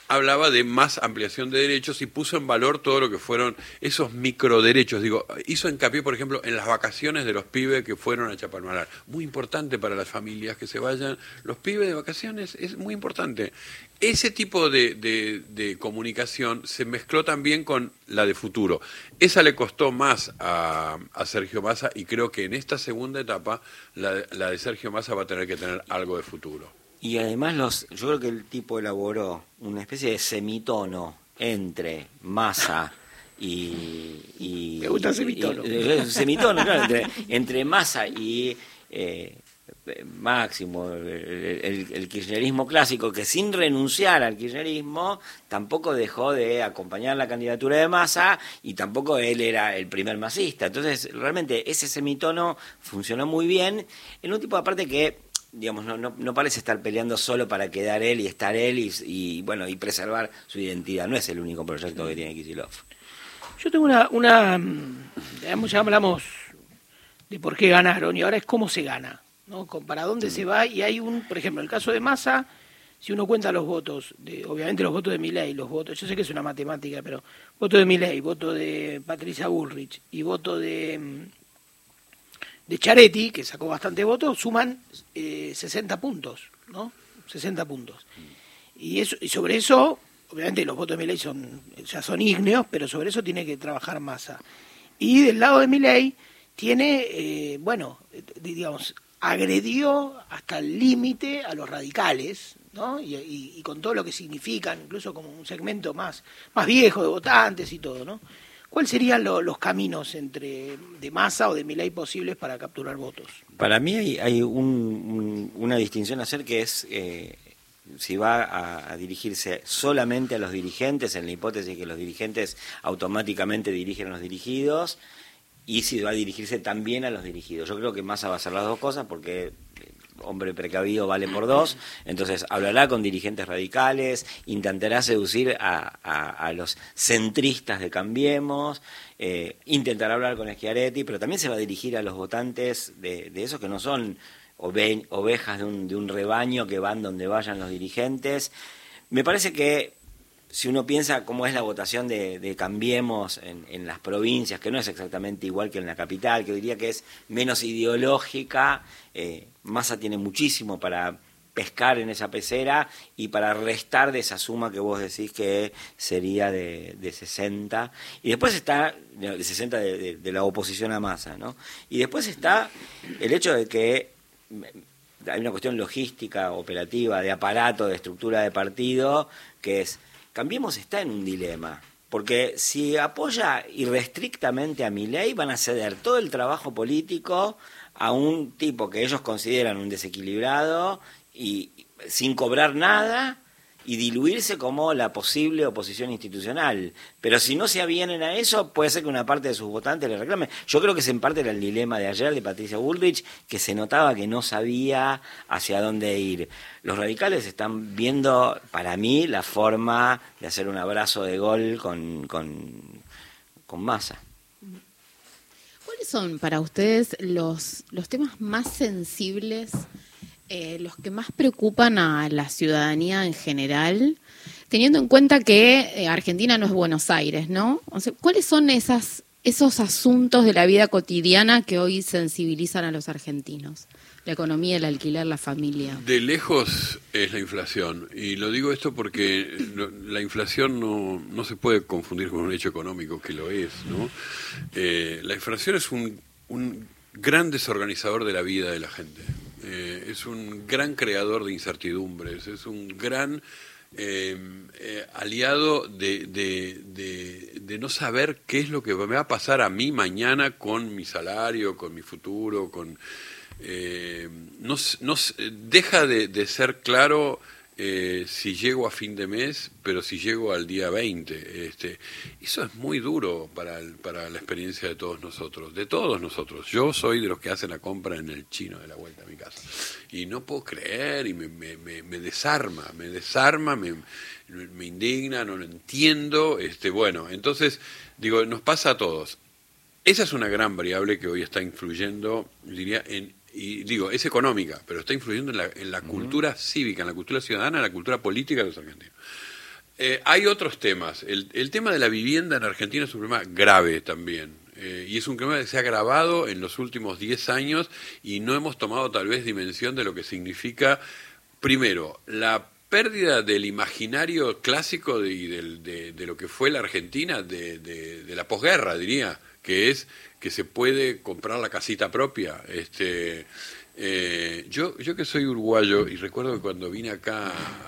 Speaker 4: hablaba de más ampliación de derechos y puso en valor todo lo que fueron esos microderechos. Digo, hizo hincapié, por ejemplo, en las vacaciones de los pibes que fueron a Chapalmalal. Muy importante para las familias que se vayan. Los pibes de vacaciones es muy importante. Ese tipo de, de, de comunicación se mezcló también con la de futuro. Esa le costó más a, a Sergio Massa y creo que en esta segunda etapa la, la de Sergio Massa va a tener que tener algo de futuro.
Speaker 2: Y además los, yo creo que el tipo elaboró una especie de semitono entre Massa y... y
Speaker 3: Me gusta el semitono.
Speaker 2: Y, y, semitono, claro, entre, entre Massa y eh, Máximo, el, el, el kirchnerismo clásico, que sin renunciar al kirchnerismo tampoco dejó de acompañar la candidatura de Massa y tampoco él era el primer masista. Entonces, realmente ese semitono funcionó muy bien en un tipo de aparte que... digamos, no, no, no parece estar peleando solo para quedar él y estar él y, y bueno y preservar su identidad. No es el único proyecto que tiene Kicillof.
Speaker 3: Yo tengo una, una digamos, ya hablamos de por qué ganaron y ahora es cómo se gana, ¿no? Con para dónde mm. se va, y hay un, por ejemplo, el caso de Massa, si uno cuenta los votos, de, obviamente los votos de Milei, los votos, yo sé que es una matemática, pero voto de Milei, voto de Patricia Bullrich y voto de de Chiaretti, que sacó bastante votos, suman eh, sesenta puntos, ¿no? sesenta puntos. Y eso y sobre eso, obviamente los votos de Milei son, ya son ígneos, pero sobre eso tiene que trabajar Massa. Y del lado de Milei tiene, eh, bueno, digamos, agredió hasta el límite a los radicales, ¿no? Y, y, y con todo lo que significan, incluso como un segmento más, más viejo de votantes y todo, ¿no? ¿Cuáles serían lo, los caminos entre de Massa o de Milei posibles para capturar votos?
Speaker 2: Para mí hay, hay un, un, una distinción a hacer que es eh, si va a, a dirigirse solamente a los dirigentes, en la hipótesis que los dirigentes automáticamente dirigen a los dirigidos, y si va a dirigirse también a los dirigidos. Yo creo que Massa va a hacer las dos cosas porque... hombre precavido vale por dos, entonces hablará con dirigentes radicales, intentará seducir a, a, a los centristas de Cambiemos, eh, intentará hablar con Schiaretti, pero también se va a dirigir a los votantes de, de esos que no son ove, ovejas de un, de un rebaño que van donde vayan los dirigentes. Me parece que si uno piensa cómo es la votación de, de Cambiemos en, en las provincias, que no es exactamente igual que en la capital, que diría que es menos ideológica, eh, Massa tiene muchísimo para pescar en esa pecera y para restar de esa suma que vos decís que sería de, de sesenta. Y después está, de sesenta de, de, de la oposición a Massa, ¿no? Y después está el hecho de que hay una cuestión logística, operativa, de aparato, de estructura de partido, que es... Cambiemos está en un dilema, porque si apoya irrestrictamente a Milei van a ceder todo el trabajo político a un tipo que ellos consideran un desequilibrado y sin cobrar nada y diluirse como la posible oposición institucional. Pero si no se avienen a eso, puede ser que una parte de sus votantes le reclame. Yo creo que ese en parte era el dilema de ayer de Patricia Bullrich, que se notaba que no sabía hacia dónde ir. Los radicales están viendo, para mí, la forma de hacer un abrazo de gol con, con, con Massa.
Speaker 5: ¿Cuáles son para ustedes los, los temas más sensibles, eh, los que más preocupan a la ciudadanía en general, teniendo en cuenta que eh, Argentina no es Buenos Aires, ¿no? O sea, ¿cuáles son esas, esos asuntos de la vida cotidiana que hoy sensibilizan a los argentinos? La economía, el alquiler, la familia.
Speaker 4: De lejos es la inflación. Y lo digo esto porque la inflación no, no se puede confundir con un hecho económico, que lo es, ¿no? Eh, la inflación es un, un gran desorganizador de la vida de la gente. Eh, es un gran creador de incertidumbres, es un gran eh, eh, aliado de, de, de, de no saber qué es lo que me va a pasar a mí mañana con mi salario, con mi futuro, con... Eh, no, no, deja de, de ser claro eh, si llego a fin de mes, pero si llego al día veinte. Este, eso es muy duro para, el, para la experiencia de todos nosotros, de todos nosotros. Yo soy de los que hacen la compra en el chino de la vuelta a mi casa. Y no puedo creer y me, me, me, me desarma, me desarma, me, me indigna, no lo entiendo. Este, bueno, entonces, digo, nos pasa a todos. Esa es una gran variable que hoy está influyendo, diría, en... Y digo, es económica, pero está influyendo en la, en la cultura uh-huh. cívica, en la cultura ciudadana, en la cultura política de los argentinos. eh, hay otros temas. El, el tema de la vivienda en Argentina es un problema grave también. Eh, y es un problema que se ha agravado en los últimos diez años y no hemos tomado tal vez dimensión de lo que significa, primero, la pérdida del imaginario clásico de, de, de, de lo que fue la Argentina de, de, de la posguerra, diría, que es que se puede comprar la casita propia. Este, eh, yo, yo que soy uruguayo y recuerdo que cuando vine acá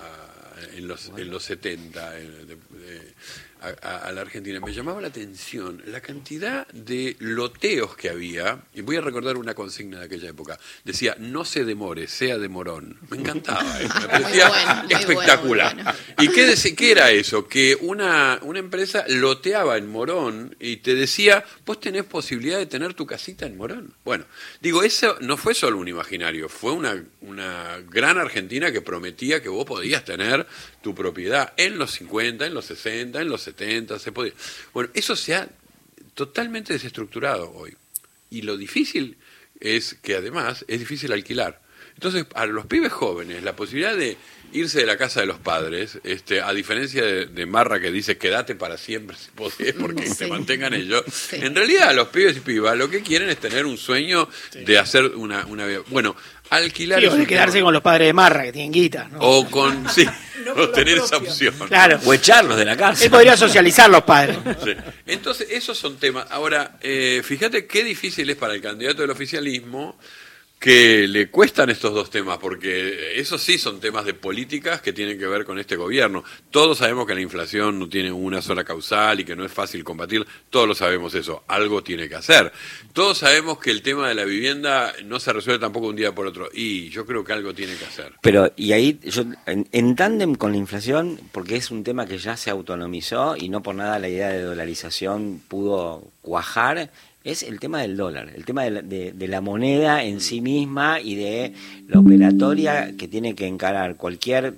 Speaker 4: a, en los en los setenta, eh, de, de, a, a, a la Argentina, me llamaba la atención la cantidad de loteos que había, y voy a recordar una consigna de aquella época, decía, no se demore, sea de Morón. Me encantaba, eh, me parecía bueno, espectacular. Bueno, bueno. ¿Y qué, dec- qué era eso? Que una, una empresa loteaba en Morón y te decía, vos tenés posibilidad de tener tu casita en Morón. Bueno, digo, eso no fue solo un imaginario, fue una, una gran Argentina que prometía que vos podías tener tu propiedad en los cincuenta, en los sesenta, en los setenta, se podía. Bueno, eso se ha totalmente desestructurado hoy. Y lo difícil es que además es difícil alquilar. Entonces, a los pibes jóvenes, la posibilidad de irse de la casa de los padres, este, a diferencia de, de Marra que dice quédate para siempre si podés porque sí. te mantengan ellos, sí. En realidad los pibes y pibas lo que quieren es tener un sueño sí. de hacer una, una vida. Bueno, alquilar
Speaker 3: sí, o de quedarse con los padres de Marra que tienen guita, ¿no?
Speaker 4: O con, sí, no o tener esa opción.
Speaker 3: Claro.
Speaker 2: O echarlos de la cárcel.
Speaker 3: Él podría socializar los padres.
Speaker 4: Sí. Entonces, esos son temas. Ahora, eh, fíjate qué difícil es para el candidato del oficialismo que le cuestan estos dos temas, porque esos sí son temas de políticas que tienen que ver con este gobierno. Todos sabemos que la inflación no tiene una sola causal y que no es fácil combatir, todos lo sabemos eso, algo tiene que hacer. Todos sabemos que el tema de la vivienda no se resuelve tampoco un día por otro, y yo creo que algo tiene que hacer.
Speaker 2: Pero, y ahí, yo en, en tándem con la inflación, porque es un tema que ya se autonomizó y no por nada la idea de dolarización pudo cuajar, es el tema del dólar, el tema de la, de, de la moneda en sí misma y de la operatoria que tiene que encarar cualquier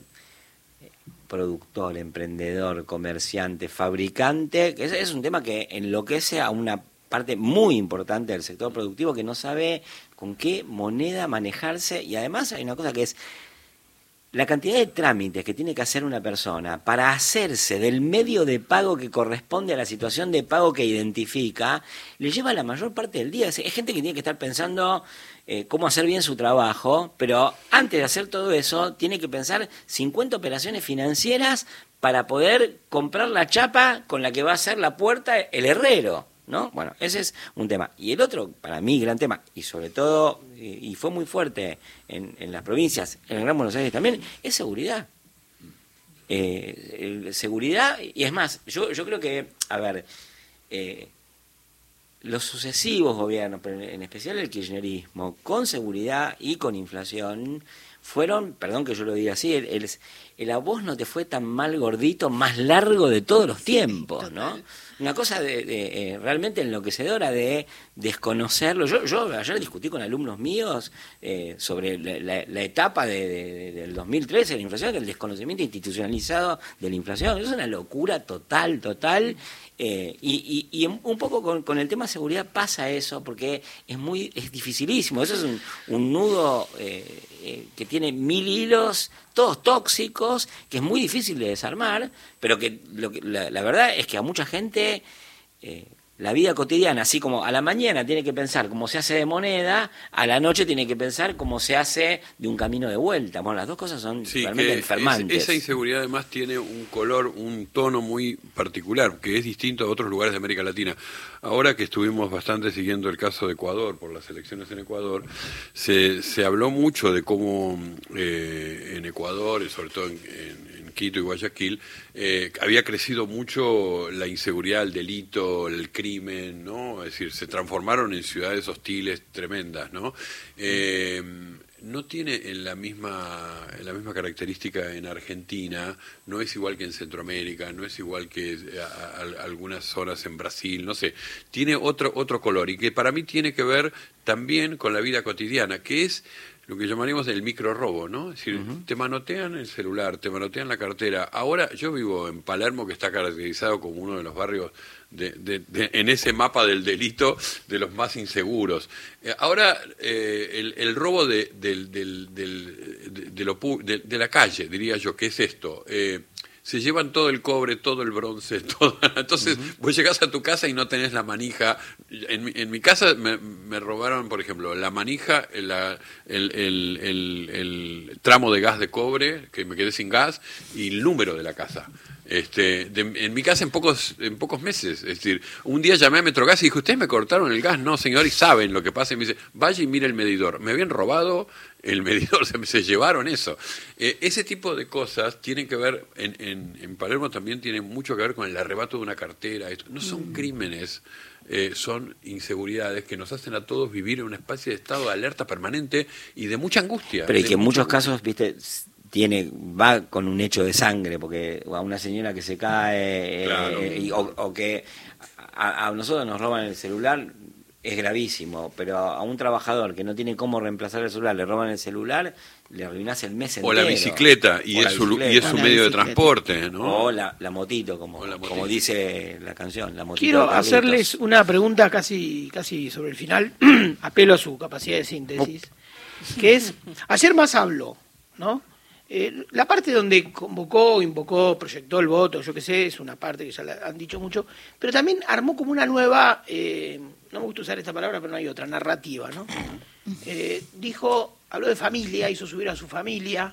Speaker 2: productor, emprendedor, comerciante, fabricante. Es, es un tema que enloquece a una parte muy importante del sector productivo que no sabe con qué moneda manejarse, y además hay una cosa que es la cantidad de trámites que tiene que hacer una persona para hacerse del medio de pago que corresponde a la situación de pago que identifica, le lleva la mayor parte del día. Es gente que tiene que estar pensando eh, cómo hacer bien su trabajo, pero antes de hacer todo eso, tiene que pensar cincuenta operaciones financieras para poder comprar la chapa con la que va a hacer la puerta el herrero, ¿no? Bueno, ese es un tema. Y el otro, para mí, gran tema, y sobre todo, y, y fue muy fuerte en, en las provincias, en el Gran Buenos Aires también, es seguridad. Eh, el, seguridad, y es más, yo, yo creo que, a ver, eh, los sucesivos gobiernos, pero en especial el kirchnerismo, con seguridad y con inflación, fueron, perdón que yo lo diga así, el, el, el a vos no te fue tan mal gordito, más largo de todos los tiempos, ¿no? Una cosa de, de eh, realmente enloquecedora de desconocerlo. Yo, yo ayer discutí con alumnos míos eh, sobre la, la, la etapa de, de, de, del dos mil trece de la inflación, que el desconocimiento institucionalizado de la inflación. Es una locura total, total. Eh, y, y, y un poco con, con el tema de seguridad pasa eso, porque es muy es dificilísimo. Eso es un, un nudo eh, eh, que tiene mil hilos, todos tóxicos, que es muy difícil de desarmar, pero que, lo que la, la verdad es que a mucha gente eh, la vida cotidiana, así como a la mañana tiene que pensar cómo se hace de moneda, a la noche tiene que pensar cómo se hace de un camino de vuelta. Bueno, las dos cosas son
Speaker 4: sí,
Speaker 2: realmente enfermantes.
Speaker 4: Es, esa inseguridad además tiene un color, un tono muy particular, que es distinto a otros lugares de América Latina. Ahora que estuvimos bastante siguiendo el caso de Ecuador, por las elecciones en Ecuador, se, se habló mucho de cómo eh, en Ecuador, y sobre todo en, en Quito y Guayaquil, eh, había crecido mucho la inseguridad, el delito, el crimen, ¿no? Es decir, se transformaron en ciudades hostiles tremendas, ¿no? Eh, no tiene en la misma en la misma característica en Argentina, no es igual que en Centroamérica, no es igual que a, a, a algunas zonas en Brasil, no sé, tiene otro otro color, y que para mí tiene que ver también con la vida cotidiana, que es lo que llamaríamos el micro robo, ¿no? Es decir, uh-huh. te manotean el celular, te manotean la cartera. Ahora, yo vivo en Palermo, que está caracterizado como uno de los barrios de, de, de, en ese mapa del delito de los más inseguros. Eh, ahora, eh, el, el robo de, del, del, del, de, de, lo, de, de la calle, diría yo, ¿qué es esto? Eh, se llevan todo el cobre, todo el bronce, todo. Entonces, uh-huh. vos llegás a tu casa y no tenés la manija. En, mi, en mi casa me, me robaron, por ejemplo, la manija, la, el, el, el, el tramo de gas de cobre, que me quedé sin gas, y el número de la casa. Este, de, en mi casa en pocos en pocos meses. Es decir, un día llamé a Metrogas y dije, ¿ustedes me cortaron el gas? No, señor, y saben lo que pasa. Y me dice, vaya y mire el medidor. Me habían robado el medidor, se, se llevaron eso. Eh, ese tipo de cosas tienen que ver, en, en, en Palermo también tienen mucho que ver con el arrebato de una cartera. Esto, no son mm. crímenes, eh, son inseguridades que nos hacen a todos vivir en una especie de estado de alerta permanente y de mucha angustia.
Speaker 2: Pero y que en muchos
Speaker 4: angustia.
Speaker 2: casos, viste... tiene va con un hecho de sangre, porque a una señora que se cae claro. eh, y, o, o que a, a nosotros nos roban el celular es gravísimo, pero a un trabajador que no tiene cómo reemplazar el celular, le roban el celular, le arruinás el mes entero.
Speaker 4: O la bicicleta, y, es, su, y es su medio de transporte, ¿no?
Speaker 2: O la, la motito, como, la motito. como dice la canción. La motito.
Speaker 3: Quiero hacerles una pregunta casi, casi sobre el final, apelo a su capacidad de síntesis, oh. que es, ayer más habló, ¿no? Eh, la parte donde convocó, invocó, proyectó el voto, yo qué sé, es una parte que ya la han dicho mucho, pero también armó como una nueva, eh, no me gusta usar esta palabra, pero no hay otra, narrativa, ¿no? Eh, dijo, habló de familia, hizo subir a su familia,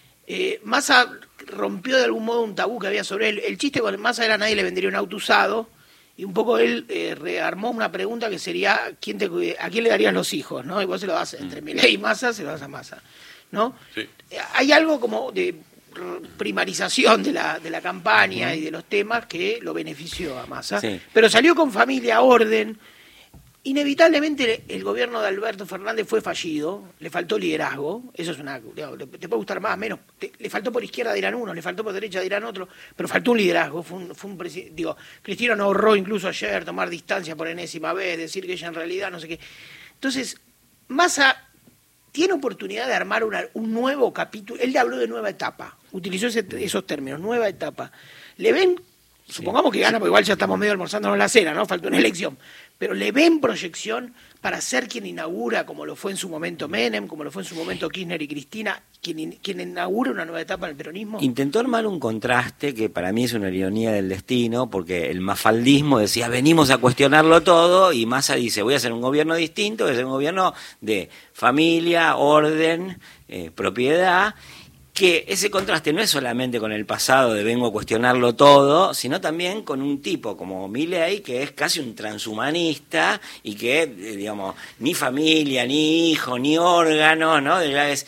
Speaker 3: eh, Massa rompió de algún modo un tabú que había sobre él. El chiste con Massa era nadie le vendería un auto usado, y un poco él eh, rearmó una pregunta que sería, ¿quién te, ¿a quién le darías los hijos? ¿No? Y vos se lo das entre Milei y Massa, se lo das a Massa, ¿no? Sí. Hay algo como de primarización de la de la campaña uh-huh. y de los temas que lo benefició a Massa, sí. pero salió con familia, orden. Inevitablemente el gobierno de Alberto Fernández fue fallido, le faltó liderazgo, eso es una, digamos, te puede gustar más, menos, te, le faltó por izquierda dirán uno, le faltó por derecha dirán otro, pero faltó un liderazgo, fue un, fue un presi- digo, Cristina no ahorró incluso ayer tomar distancia por enésima vez, decir que ella en realidad no sé qué. Entonces, Massa tiene oportunidad de armar una, un nuevo capítulo. Él le habló de nueva etapa, utilizó ese, esos términos, nueva etapa. ¿Le ven, sí. supongamos que gana, porque igual ya estamos medio almorzándonos la cena, ¿no? Falta una elección, pero ¿le ven proyección para ser quien inaugura, como lo fue en su momento Menem, como lo fue en su momento Kirchner y Cristina, quien, quien inaugura una nueva etapa en el peronismo?
Speaker 2: Intentó armar un contraste que para mí es una ironía del destino, porque el mafaldismo decía, venimos a cuestionarlo todo, y Massa dice, voy a hacer un gobierno distinto, voy a hacer un gobierno de familia, orden, eh, propiedad, que ese contraste no es solamente con el pasado de vengo a cuestionarlo todo, sino también con un tipo como Milei, que es casi un transhumanista y que, digamos, ni familia, ni hijo, ni órgano, ¿no? Es,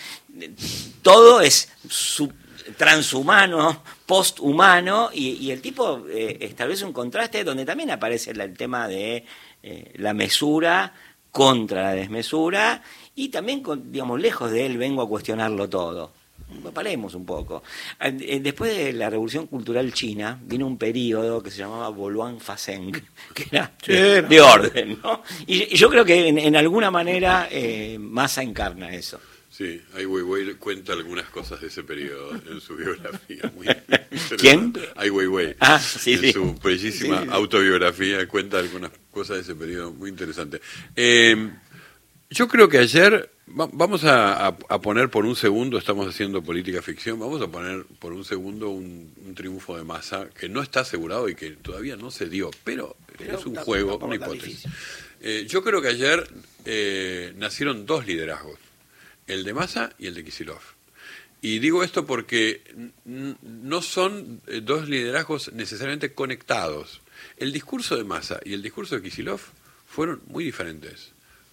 Speaker 2: todo es sub, transhumano, posthumano, y, y el tipo eh, establece un contraste donde también aparece el, el tema de eh, la mesura contra la desmesura, y también, con, digamos, lejos de él vengo a cuestionarlo todo. Paremos un poco. Después de la Revolución Cultural China vino un periodo que se llamaba Boluan Faseng, que era de, de orden, ¿no? Y, y yo creo que en, en alguna manera eh, Massa encarna eso.
Speaker 4: Sí, Ai Weiwei cuenta algunas cosas de ese periodo en su biografía. Muy
Speaker 2: ¿Quién?
Speaker 4: Ai Weiwei.
Speaker 2: Ah, sí,
Speaker 4: en
Speaker 2: sí.
Speaker 4: su bellísima
Speaker 2: sí, sí.
Speaker 4: autobiografía cuenta algunas cosas de ese periodo muy interesantes. Eh, yo creo que ayer... Vamos a, a, a poner por un segundo, estamos haciendo política ficción, vamos a poner por un segundo un, un triunfo de Massa que no está asegurado y que todavía no se dio, pero, pero es un
Speaker 3: la,
Speaker 4: juego,
Speaker 3: la,
Speaker 4: una hipótesis. Eh, yo creo que ayer eh, nacieron dos liderazgos, el de Massa y el de Kicillof. Y digo esto porque n- no son dos liderazgos necesariamente conectados. El discurso de Massa y el discurso de Kicillof fueron muy diferentes.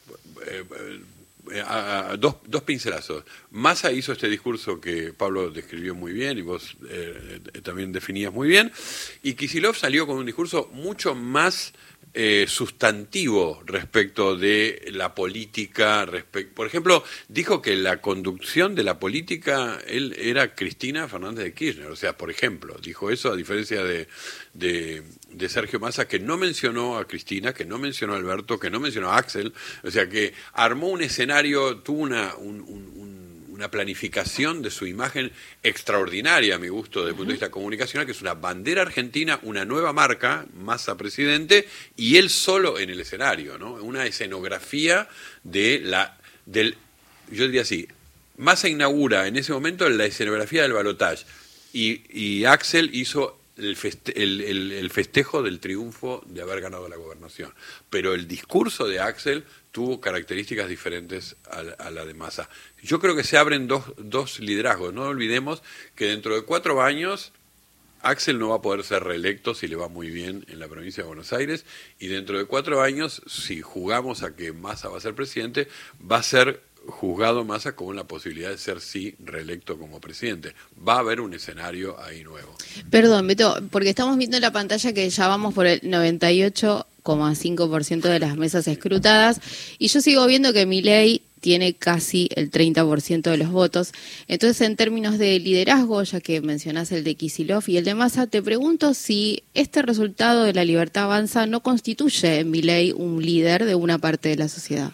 Speaker 4: Eh, eh, A, a, dos, dos pincelazos. Massa hizo este discurso que Pablo describió muy bien y vos eh, también definías muy bien, y Kicillof salió con un discurso mucho más eh, sustantivo respecto de la política. Respect- Por ejemplo, dijo que la conducción de la política él era Cristina Fernández de Kirchner. O sea, por ejemplo, dijo eso a diferencia de, de, de Sergio Massa, que no mencionó a Cristina, que no mencionó a Alberto, que no mencionó a Axel. O sea, que armó un escenario, tuvo una, un, un, un, una planificación de su imagen extraordinaria, a mi gusto, desde el punto de vista comunicacional, que es una bandera argentina, una nueva marca, Massa presidente, y él solo en el escenario, ¿no? Una escenografía de la, del, yo diría así, Massa inaugura en ese momento la escenografía del balotaje. y, y Axel hizo el, feste, el, el, el festejo del triunfo de haber ganado la gobernación. Pero el discurso de Axel tuvo características diferentes a la, a la de Massa. Yo creo que se abren dos, dos liderazgos. No olvidemos que dentro de cuatro años Axel no va a poder ser reelecto si le va muy bien en la provincia de Buenos Aires, y dentro de cuatro años, si jugamos a que Massa va a ser presidente, va a ser juzgado Massa con la posibilidad de ser sí reelecto como presidente. Va a haber un escenario ahí nuevo.
Speaker 5: Perdón, Beto, porque estamos viendo en la pantalla que ya vamos por el noventa y ocho coma cinco por ciento de las mesas escrutadas, y yo sigo viendo que Milei tiene casi el treinta por ciento de los votos. Entonces, en términos de liderazgo, ya que mencionás el de Kicillof y el de Massa, te pregunto si este resultado de La Libertad Avanza no constituye en Milei un líder de una parte de la sociedad.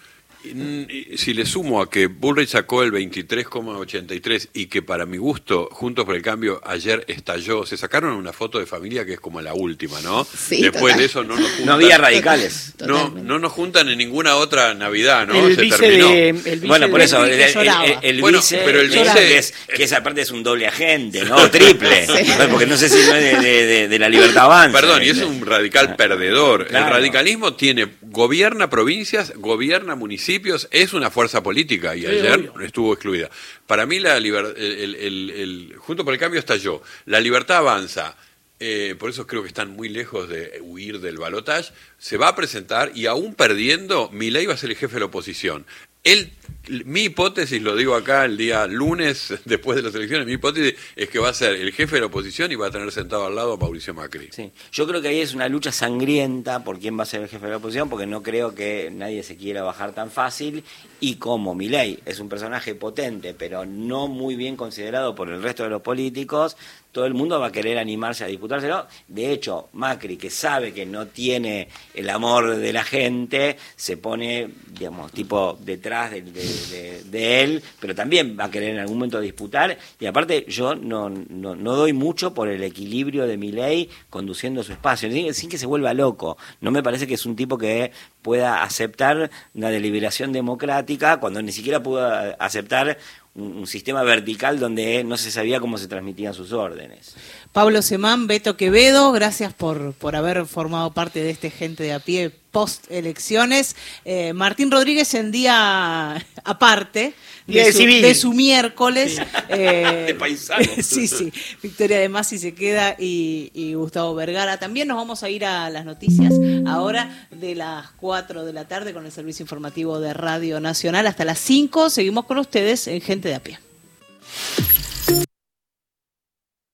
Speaker 4: Si le sumo a que Bullrich sacó el veintitrés coma ochenta y tres y que para mi gusto, Juntos por el Cambio ayer estalló, se sacaron una foto de familia que es como la última, ¿no?
Speaker 5: Sí,
Speaker 4: Después
Speaker 5: total.
Speaker 4: de eso no nos juntan.
Speaker 2: No había radicales.
Speaker 4: No, no nos juntan en ninguna otra Navidad, ¿no?
Speaker 3: El
Speaker 4: se
Speaker 3: vice
Speaker 4: terminó.
Speaker 3: de- el vice
Speaker 2: Bueno, por
Speaker 3: de-
Speaker 2: eso, el, el, el, el
Speaker 4: Bueno,
Speaker 2: vice,
Speaker 4: pero el
Speaker 2: que es-
Speaker 4: vice-
Speaker 2: que, es, que esa parte es un doble agente, ¿no? O triple.
Speaker 5: Sí.
Speaker 2: Bueno, porque no sé si no es de, de, de, de La Libertad Avanza.
Speaker 4: Perdón, y es un radical perdedor.
Speaker 2: Claro.
Speaker 4: El radicalismo tiene, gobierna provincias, gobierna municipios, es una fuerza política y
Speaker 3: Sí,
Speaker 4: ayer
Speaker 3: obvio.
Speaker 4: estuvo excluida. Para mí la liber- el, el, el, el Junto por el Cambio estalló. La Libertad Avanza, eh, por eso creo que están muy lejos de huir del balotaje, se va a presentar y aún perdiendo, Milei va a ser el jefe de la oposición. Él, mi hipótesis, lo digo acá el día lunes, después de las elecciones, mi hipótesis es que va a ser el jefe de la oposición y va a tener sentado al lado a Mauricio Macri.
Speaker 2: Sí. Yo creo que ahí es una lucha sangrienta por quién va a ser el jefe de la oposición, porque no creo que nadie se quiera bajar tan fácil, y como Milei es un personaje potente, pero no muy bien considerado por el resto de los políticos, todo el mundo va a querer animarse a disputárselo. De hecho, Macri, que sabe que no tiene el amor de la gente, se pone, digamos, tipo detrás de, de, de, de él, pero también va a querer en algún momento disputar. Y aparte, yo no, no, no doy mucho por el equilibrio de Milei conduciendo su espacio, sin, sin que se vuelva loco. No me parece que es un tipo que pueda aceptar una deliberación democrática cuando ni siquiera pudo aceptar un, un sistema vertical donde no se sabía cómo se transmitían sus órdenes.
Speaker 1: Pablo Semán, Beto Quevedo, gracias por, por haber formado parte de este Gente de a Pie post elecciones. Eh, Martín Rodríguez en día aparte
Speaker 3: Día
Speaker 1: de,
Speaker 3: de
Speaker 1: su,
Speaker 3: civil.
Speaker 1: de su miércoles. Eh,
Speaker 2: De paisano.
Speaker 1: sí, sí. Victoria de Masi se queda y, y Gustavo Vergara. También nos vamos a ir a las noticias ahora de las cuatro de la tarde con el servicio informativo de Radio Nacional. Hasta las cinco seguimos con ustedes en Gente de a Pie.